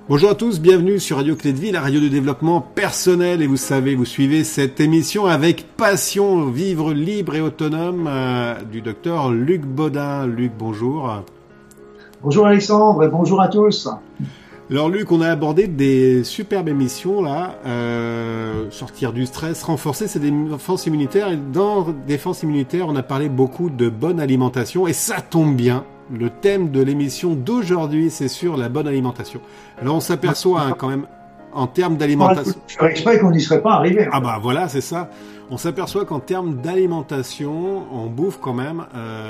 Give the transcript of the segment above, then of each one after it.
Bonjour à tous, bienvenue sur Radio Clé de Vie, la radio de développement personnel. Et vous savez, vous suivez cette émission avec passion, vivre libre et autonome du docteur Luc Bodin. Luc, bonjour. Bonjour Alexandre et bonjour à tous. Alors Luc, on a abordé des superbes émissions là, sortir du stress, renforcer ses défenses immunitaires. Et dans défense immunitaire, on a parlé beaucoup de bonne alimentation et ça tombe bien. Le thème de l'émission d'aujourd'hui, c'est sur la bonne alimentation. Alors on s'aperçoit quand même, en termes d'alimentation... Je ferais exprès qu'on n'y serait pas arrivé. Ah bah voilà, c'est ça. On s'aperçoit qu'en termes d'alimentation, on bouffe quand même...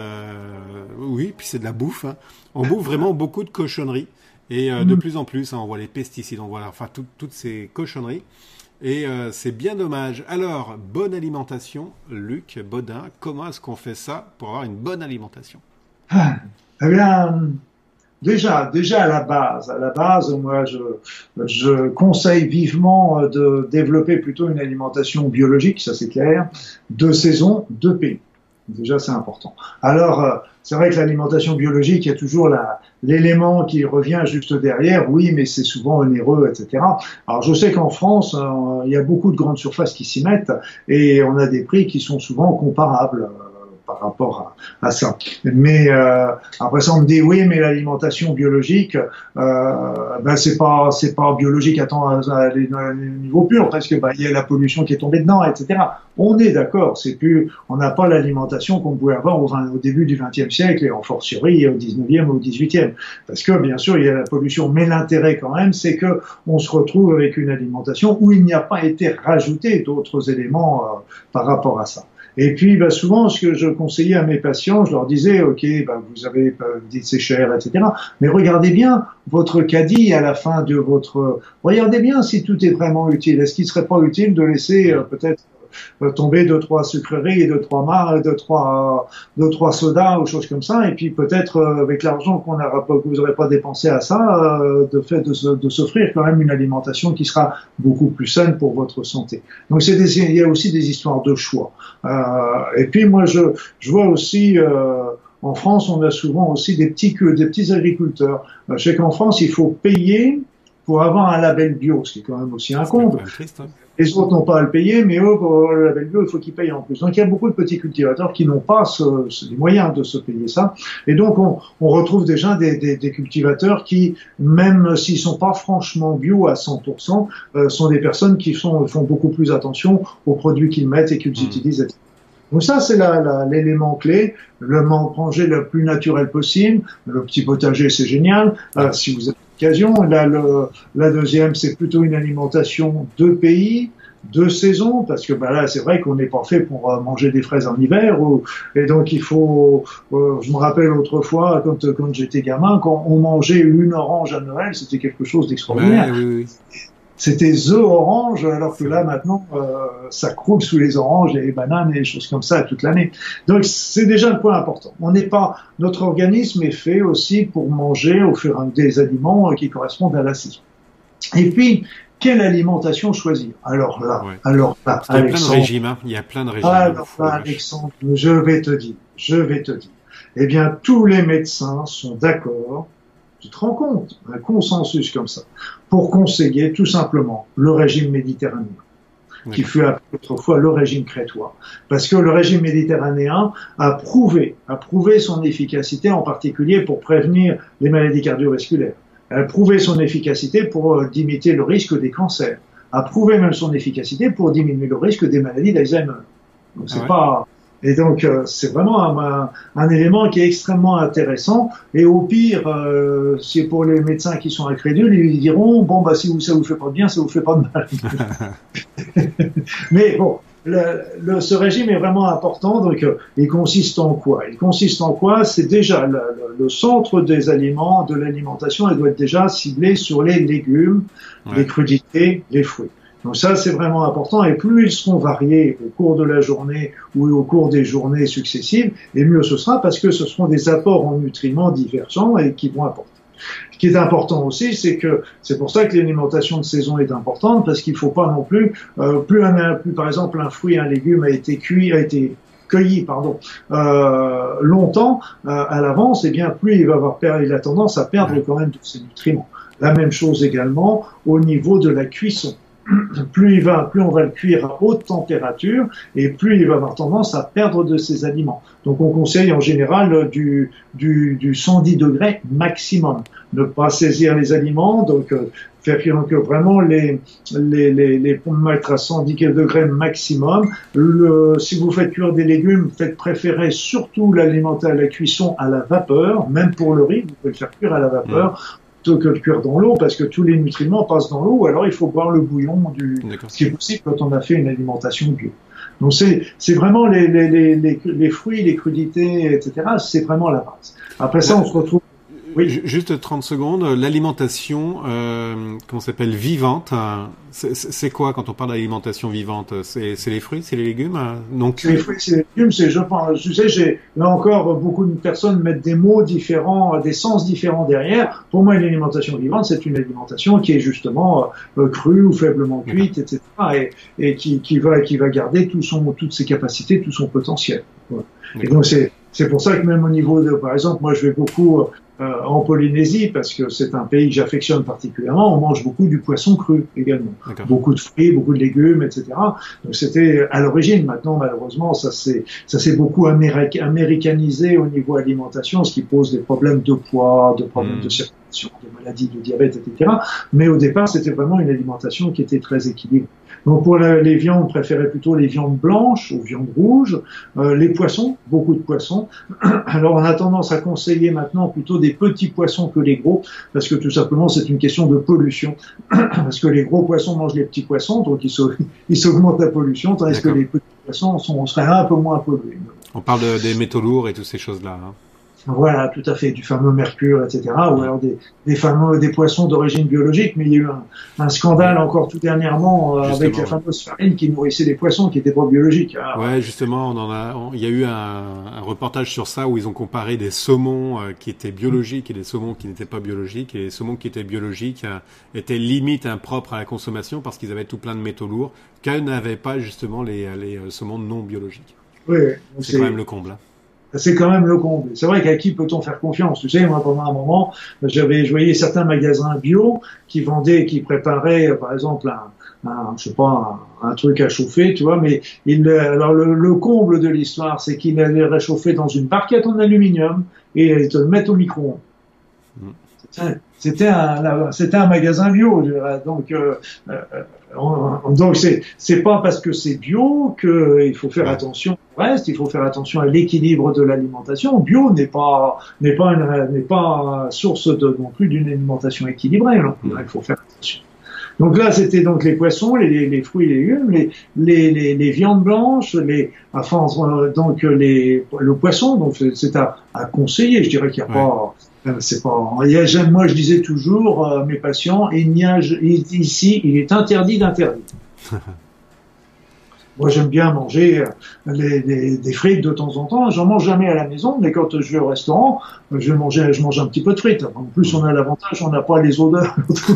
Oui, puis c'est de la bouffe. Hein. On bouffe vraiment beaucoup de cochonneries. Et de plus en plus, on voit les pesticides, on voit toutes ces cochonneries. Et c'est bien dommage. Alors, bonne alimentation, Luc Bodin, comment est-ce qu'on fait ça pour avoir une bonne alimentation ? Eh bien, déjà à la base, moi, je conseille vivement de développer plutôt une alimentation biologique, ça c'est clair, de saison, de pays. Déjà, c'est important. Alors, c'est vrai que l'alimentation biologique, il y a toujours l'élément qui revient juste derrière. Oui, mais c'est souvent onéreux, etc. Alors, je sais qu'en France, il y a beaucoup de grandes surfaces qui s'y mettent et on a des prix qui sont souvent comparables par rapport à ça. Mais après ça, on me dit oui, mais l'alimentation biologique, c'est pas biologique à niveau pur parce que il y a la pollution qui est tombée dedans, etc. On est d'accord, on n'a pas l'alimentation qu'on pouvait avoir au début du XXe siècle et en fortiori au XIXe ou au XVIIIe, parce que bien sûr il y a la pollution, mais l'intérêt quand même, c'est que on se retrouve avec une alimentation où il n'y a pas été rajouté d'autres éléments par rapport à ça. Et puis, souvent, ce que je conseillais à mes patients, je leur disais, OK, vous dites c'est cher, etc. Mais regardez bien votre caddie à la fin de regardez bien si tout est vraiment utile. Est-ce qu'il serait pas utile de laisser peut-être tomber 2-3 sucreries et 2-3 sodas ou choses comme ça, et puis peut-être avec l'argent que vous n'aurez pas dépensé à ça, de s'offrir quand même une alimentation qui sera beaucoup plus saine pour votre santé. Donc il y a aussi des histoires de choix. Et puis moi je vois aussi en France, on a souvent aussi des petits agriculteurs. Je sais qu'en France, il faut payer pour avoir un label bio, ce qui est quand même aussi un comble. Les autres n'ont pas à le payer, mais eux, pour avoir le label bio, il faut qu'ils payent en plus. Donc il y a beaucoup de petits cultivateurs qui n'ont pas les moyens de se payer ça. Et donc on retrouve déjà des cultivateurs qui, même s'ils sont pas franchement bio à 100%, sont des personnes qui font beaucoup plus attention aux produits qu'ils mettent et qu'ils utilisent, etc. Donc ça, c'est l'élément clé, manger le plus naturel possible. Le petit potager, c'est génial, si vous avez l'occasion. La deuxième, c'est plutôt une alimentation de pays, de saison, parce que là, c'est vrai qu'on n'est pas fait pour manger des fraises en hiver. Et donc, il faut... je me rappelle autrefois, quand j'étais gamin, quand on mangeait une orange à Noël, c'était quelque chose d'extraordinaire. Ouais, oui. C'était the orange, alors que là, maintenant, ça croule sous les oranges et les bananes et des choses comme ça toute l'année. Donc, c'est déjà le point important. Notre organisme est fait aussi pour manger au fur et à mesure des aliments qui correspondent à la saison. Et puis, quelle alimentation choisir? Alors là, Alexandre. Il y a plein de régimes. Alors là, Alexandre, je vais te dire. Eh bien, tous les médecins sont d'accord. Tu te rends compte, un consensus comme ça, pour conseiller tout simplement le régime méditerranéen, qui fut appelé autrefois le régime crétois, parce que le régime méditerranéen a prouvé son efficacité, en particulier pour prévenir les maladies cardiovasculaires, a prouvé son efficacité pour limiter le risque des cancers, a prouvé même son efficacité pour diminuer le risque des maladies d'Alzheimer. Donc Et donc, c'est vraiment un élément qui est extrêmement intéressant. Et au pire, c'est pour les médecins qui sont incrédules, ils diront, si ça vous fait pas de bien, ça vous fait pas de mal. Mais bon, ce régime est vraiment important. Donc, il consiste en quoi? C'est déjà le centre des aliments, de l'alimentation, elle doit être déjà ciblée sur les légumes, les crudités, les fruits. Donc ça, c'est vraiment important. Et plus ils seront variés au cours de la journée ou au cours des journées successives, et mieux ce sera, parce que ce seront des apports en nutriments divergents et qui vont apporter. Ce qui est important aussi, c'est pour ça que l'alimentation de saison est importante, parce qu'il ne faut pas non plus, plus par exemple un fruit, un légume a été cueilli, longtemps à l'avance, et bien plus il a tendance à perdre quand même tous ses nutriments. La même chose également au niveau de la cuisson. Plus on va le cuire à haute température et plus il va avoir tendance à perdre de ses aliments. Donc on conseille en général du 110 degrés maximum. Ne pas saisir les aliments, donc faire cuire donc vraiment les mettre à 110 degrés maximum. Si vous faites cuire des légumes, faites préférer surtout la cuisson à la vapeur, même pour le riz, vous pouvez le faire cuire à la vapeur. Plutôt que le cuire dans l'eau, parce que tous les nutriments passent dans l'eau, alors il faut boire le bouillon ce qui est possible quand on a fait une alimentation bio. Donc c'est vraiment les fruits, les crudités, etc. C'est vraiment la base. Après ça, on se retrouve. Oui. Juste 30 secondes. L'alimentation, comment s'appelle, vivante. C'est quoi quand on parle d'alimentation vivante? C'est les fruits, c'est les légumes, non cuits? C'est les fruits, c'est les légumes. Je pense. Tu sais, là encore, beaucoup de personnes mettent des mots différents, des sens différents derrière. Pour moi, une alimentation vivante, c'est une alimentation qui est justement crue ou faiblement cuite, etc. Et qui va garder toutes ses capacités, tout son potentiel. Voilà. Et donc c'est pour ça que même au niveau par exemple, moi je vais beaucoup en Polynésie, parce que c'est un pays que j'affectionne particulièrement, on mange beaucoup du poisson cru également. Beaucoup de fruits, beaucoup de légumes, etc. Donc c'était à l'origine. Maintenant, malheureusement, ça s'est beaucoup américanisé au niveau alimentation, ce qui pose des problèmes de poids, de problèmes de circulation, de maladies, de diabète, etc. Mais au départ, c'était vraiment une alimentation qui était très équilibrée. Donc pour les viandes, on préférait plutôt les viandes blanches aux viandes rouges, les poissons, beaucoup de poissons. Alors on a tendance à conseiller maintenant plutôt des petits poissons que les gros, parce que tout simplement c'est une question de pollution, parce que les gros poissons mangent les petits poissons, donc ils s'augmentent la pollution, tandis que les petits poissons seraient un peu moins pollués. On parle des métaux lourds et toutes ces choses-là. Hein. Voilà, tout à fait, du fameux mercure, etc., ou alors des poissons d'origine biologique, mais il y a eu un scandale encore tout dernièrement avec la fameuse farine qui nourrissait des poissons qui n'étaient pas biologiques. Ah, ouais, justement, il y a eu un reportage sur ça où ils ont comparé des saumons qui étaient biologiques et des saumons qui n'étaient pas biologiques, et les saumons qui étaient biologiques étaient limite impropres à la consommation parce qu'ils avaient tout plein de métaux lourds, qu'elles n'avaient pas justement les saumons non biologiques. Oui, c'est quand même le comble. Hein. C'est quand même le comble. C'est vrai qu'à qui peut-on faire confiance? Tu sais, moi, pendant un moment, je voyais certains magasins bio qui préparaient, par exemple, un truc à chauffer, tu vois, mais alors le comble de l'histoire, c'est qu'ils allaient réchauffer dans une barquette en aluminium et te le mettre au micro-ondes. C'était un magasin bio, donc c'est pas parce que c'est bio qu'il faut faire attention au reste, il faut faire attention à l'équilibre de l'alimentation. Bio n'est pas source non plus d'une alimentation équilibrée. Il faut faire attention. Donc là, c'était donc les poissons, les fruits et légumes, les viandes blanches, le poisson. Donc c'est à conseiller. Je dirais qu'il n'y a pas. Moi, je disais toujours à mes patients, ici, il est interdit d'interdire. Moi, j'aime bien manger des frites de temps en temps. J'en mange jamais à la maison, mais quand je vais au restaurant, je mange un petit peu de frites. En plus, on a l'avantage, on n'a pas les odeurs.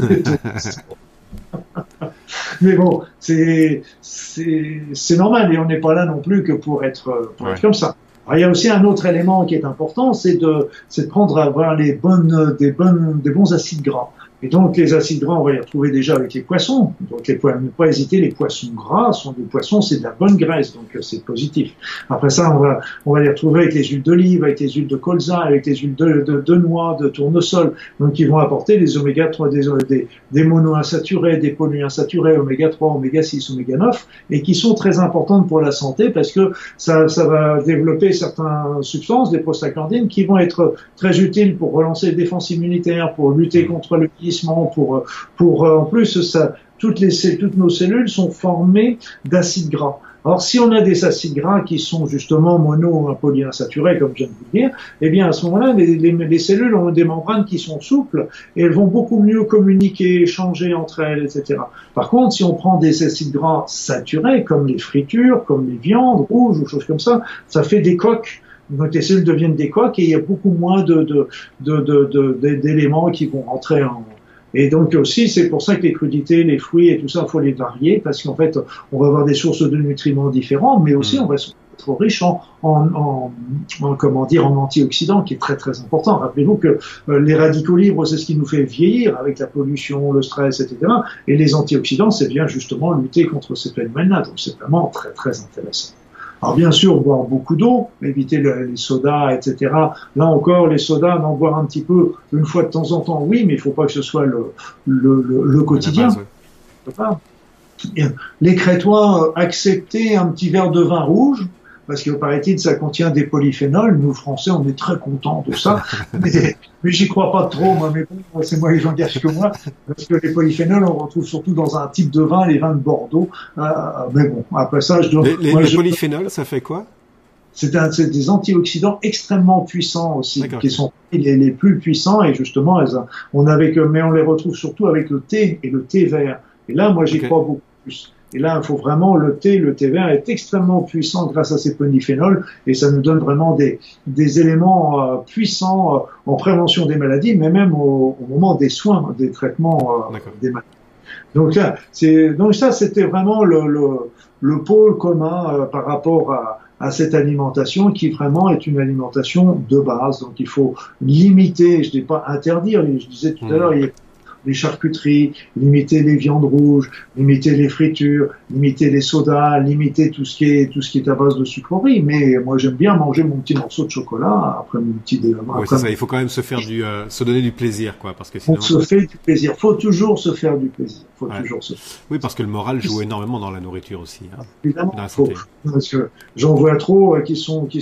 Mais bon, c'est normal, et on n'est pas là non plus que pour être comme ça. Alors, il y a aussi un autre élément qui est important, c'est de avoir des bons acides gras. Et donc, les acides gras, on va les retrouver déjà avec les poissons. Donc, ne pas hésiter, les poissons gras c'est de la bonne graisse, donc c'est positif. Après ça, on va les retrouver avec les huiles d'olive, avec les huiles de colza, avec les huiles de noix, de tournesol. Donc, ils vont apporter des oméga 3, des monoinsaturés, des polyinsaturés, oméga 3, oméga 6, oméga 9, et qui sont très importantes pour la santé parce que ça va développer certaines substances, des prostaglandines, qui vont être très utiles pour relancer les défenses immunitaires, pour lutter contre le vieillissement, en plus, toutes nos cellules sont formées d'acides gras. Alors, si on a des acides gras qui sont justement mono ou polyinsaturés, comme je viens de vous le dire, eh bien, à ce moment-là, les cellules ont des membranes qui sont souples et elles vont beaucoup mieux communiquer, échanger entre elles, etc. Par contre, si on prend des acides gras saturés, comme les fritures, comme les viandes rouges ou choses comme ça fait des coques. Donc les cellules deviennent des coques et il y a beaucoup moins d'éléments qui vont rentrer en. Et donc aussi, c'est pour ça que les crudités, les fruits et tout ça, il faut les varier parce qu'en fait, on va avoir des sources de nutriments différents, mais aussi on va trop riche comment dire, en antioxydants, qui est très très important. Rappelez-vous que les radicaux libres, c'est ce qui nous fait vieillir avec la pollution, le stress, etc. Et les antioxydants, c'est bien justement lutter contre ces phénomènes-là. Donc c'est vraiment très très intéressant. Alors bien sûr, boire beaucoup d'eau, éviter les sodas, etc. Là encore, les sodas, en boire un petit peu une fois de temps en temps, oui, mais il ne faut pas que ce soit le quotidien. Les Crétois acceptaient un petit verre de vin rouge, parce que paraît-il, ça contient des polyphénols. Nous, Français, on est très contents de ça. Mais j'y crois pas trop, moi. Mais bon, c'est moi, les gens gâchent que moi. Parce que les polyphénols, on retrouve surtout dans un type de vin, les vins de Bordeaux. Mais bon, après ça, les polyphénols, ça fait quoi? C'est des antioxydants extrêmement puissants aussi, qui sont les plus puissants. Et justement, mais on les retrouve surtout avec le thé et le thé vert. Et là, moi, j'y crois beaucoup plus. Et là, il faut vraiment le thé vert est extrêmement puissant grâce à ces polyphénols et ça nous donne vraiment des éléments puissants en prévention des maladies, mais même au moment des soins, des traitements des maladies. Donc ça, c'était vraiment le pôle commun par rapport à cette alimentation qui vraiment est une alimentation de base. Donc il faut limiter, je ne dis pas interdire, je disais tout à l'heure, il y a les charcuteries, limiter les viandes rouges, limiter les fritures, limiter les sodas, limiter tout ce qui est à base de sucreries. Mais moi, j'aime bien manger mon petit morceau de chocolat après mon petit déjeuner. Oui, c'est ça. Il faut quand même se donner du plaisir, quoi, parce que sinon. On se fait du plaisir. Faut toujours se faire du plaisir. Oui, parce que le moral joue énormément dans la nourriture aussi. Hein, évidemment. Parce que j'en vois trop qui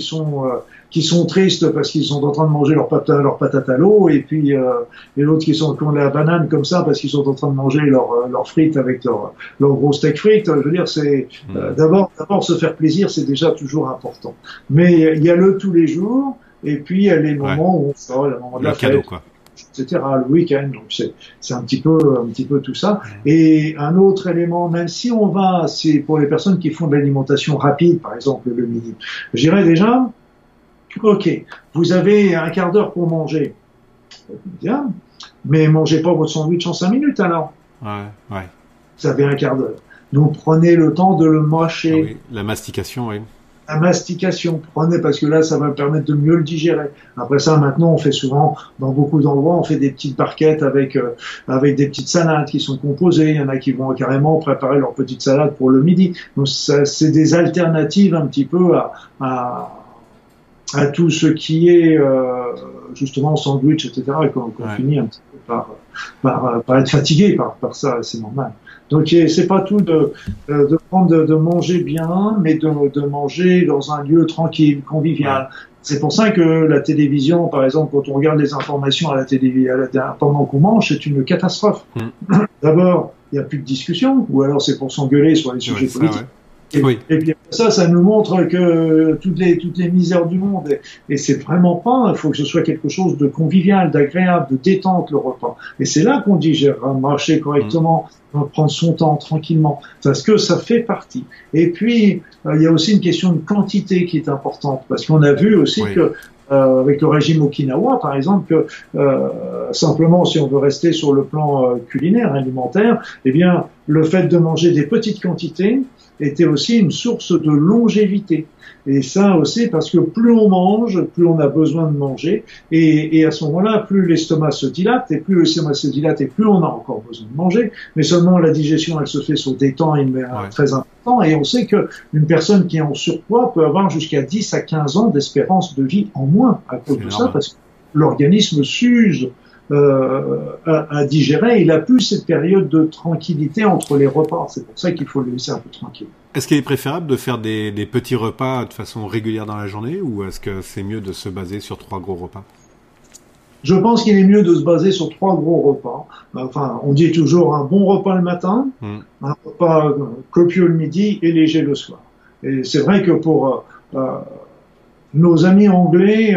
sont tristes parce qu'ils sont en train de manger leur patate à l'eau et puis l'autre qui ont la banane comme ça parce qu'ils sont en train de manger leurs frites avec leur gros steak frites. Je veux dire, c'est d'abord se faire plaisir, c'est déjà toujours important. Mais il y a le tous les jours et puis il y a les moments où on sort, le moment de la fête, quoi, etc. Le week-end. Donc c'est un petit peu tout ça. Et un autre élément, même si c'est pour les personnes qui font de l'alimentation rapide, par exemple le midi, je dirais déjà. Ok, vous avez un quart d'heure pour manger. Bien, mais mangez pas votre sandwich en 5 minutes alors. Ouais. Vous avez un quart d'heure. Donc prenez le temps de le mâcher. Ah oui, la mastication, oui. La mastication, prenez parce que là, ça va permettre de mieux le digérer. Après ça, maintenant, on fait souvent, dans beaucoup d'endroits, on fait des petites barquettes avec des petites salades qui sont composées. Il y en a qui vont carrément préparer leur petite salade pour le midi. Donc ça, c'est des alternatives un petit peu à tout ce qui est justement sandwich, etc. Et qu'on finit un petit peu par être fatigué par ça, c'est normal. Donc c'est pas tout de manger bien, mais de manger dans un lieu tranquille, convivial. C'est pour ça que la télévision, par exemple, quand on regarde les informations à la télévision pendant qu'on mange, c'est une catastrophe. D'abord, il n'y a plus de discussion, ou alors c'est pour s'engueuler sur les sujets politiques. Et puis ça nous montre que toutes les misères du monde, et c'est vraiment pas, il faut que ce soit quelque chose de convivial, d'agréable, de détente le repas. Et c'est là qu'on digère, marcher correctement, prendre son temps tranquillement, parce que ça fait partie. Et puis il y a aussi une question de quantité qui est importante, parce qu'on a vu aussi que avec le régime Okinawa, par exemple, que simplement, si on veut rester sur le plan culinaire, alimentaire, eh bien, le fait de manger des petites quantités était aussi une source de longévité. Et ça aussi parce que plus on mange, plus on a besoin de manger, et à ce moment-là, plus l'estomac se dilate, et plus l'estomac se dilate, et plus on a encore besoin de manger. Mais seulement la digestion, elle se fait sur des temps très importants, et on sait qu'une personne qui est en surpoids peut avoir jusqu'à 10 à 15 ans d'espérance de vie en moins à cause de ça, parce que l'organisme s'use à digérer. Il a plus cette période de tranquillité entre les repas. C'est pour ça qu'il faut le laisser un peu tranquille. Est-ce qu'il est préférable de faire des petits repas de façon régulière dans la journée, ou est-ce que c'est mieux de se baser sur 3 gros repas? Je pense qu'il est mieux de se baser sur 3 gros repas. Enfin, on dit toujours un bon repas le matin, un repas copieux le midi et léger le soir. Et c'est vrai que pour nos amis anglais,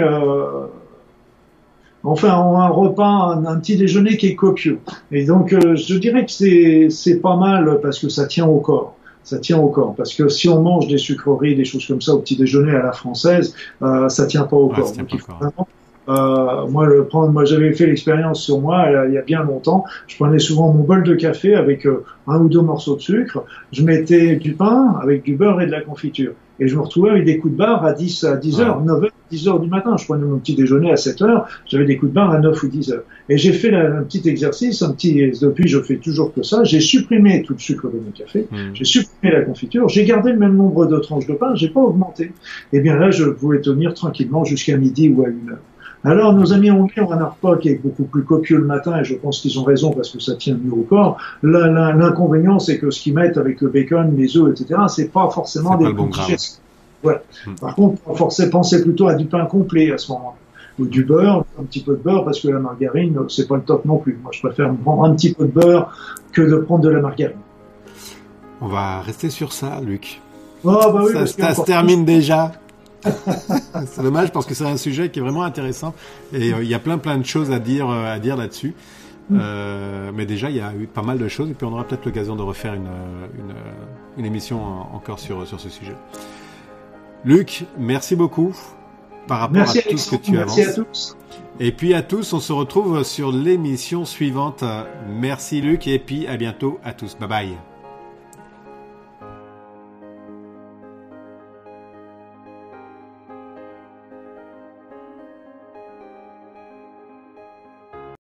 enfin, un repas, un petit déjeuner qui est copieux. Et donc, je dirais que c'est pas mal parce que ça tient au corps. Ça tient au corps. Parce que si on mange des sucreries, des choses comme ça au petit déjeuner à la française, ça tient pas au corps. Donc, il faut vraiment, moi, j'avais fait l'expérience sur moi il y a bien longtemps. Je prenais souvent mon bol de café avec un ou 2 morceaux de sucre. Je mettais du pain avec du beurre et de la confiture. Et je me retrouvais avec des coups de barre à 10 heures, 9 heures, 10 heures du matin. Je prenais mon petit déjeuner à 7 heures, j'avais des coups de barre à 9 ou 10 heures. Et j'ai fait un petit exercice, depuis je fais toujours que ça, j'ai supprimé tout le sucre de mon café, j'ai supprimé la confiture, j'ai gardé le même nombre de tranches de pain, j'ai pas augmenté. Et bien là, je pouvais tenir tranquillement jusqu'à midi ou à 1 heure. Alors, nos amis anglais ont un repas qui est beaucoup plus copieux le matin, et je pense qu'ils ont raison parce que ça tient mieux au corps. L'inconvénient, c'est que ce qu'ils mettent avec le bacon, les œufs, etc., c'est pas forcément des bon digestes. Voilà. Par contre, pensez plutôt à du pain complet à ce moment-là. Ou du beurre, un petit peu de beurre, parce que la margarine, c'est pas le top non plus. Moi, je préfère prendre un petit peu de beurre que de prendre de la margarine. On va rester sur ça, Luc. Oh, bah oui, ça se termine déjà. C'est dommage parce que c'est un sujet qui est vraiment intéressant et il y a plein de choses à dire là-dessus. Mais déjà, il y a eu pas mal de choses et puis on aura peut-être l'occasion de refaire une émission encore sur ce sujet. Luc, merci beaucoup par rapport à tout ce que tu avances. Merci à tous. Et puis à tous, on se retrouve sur l'émission suivante. Merci Luc et puis à bientôt à tous. Bye bye.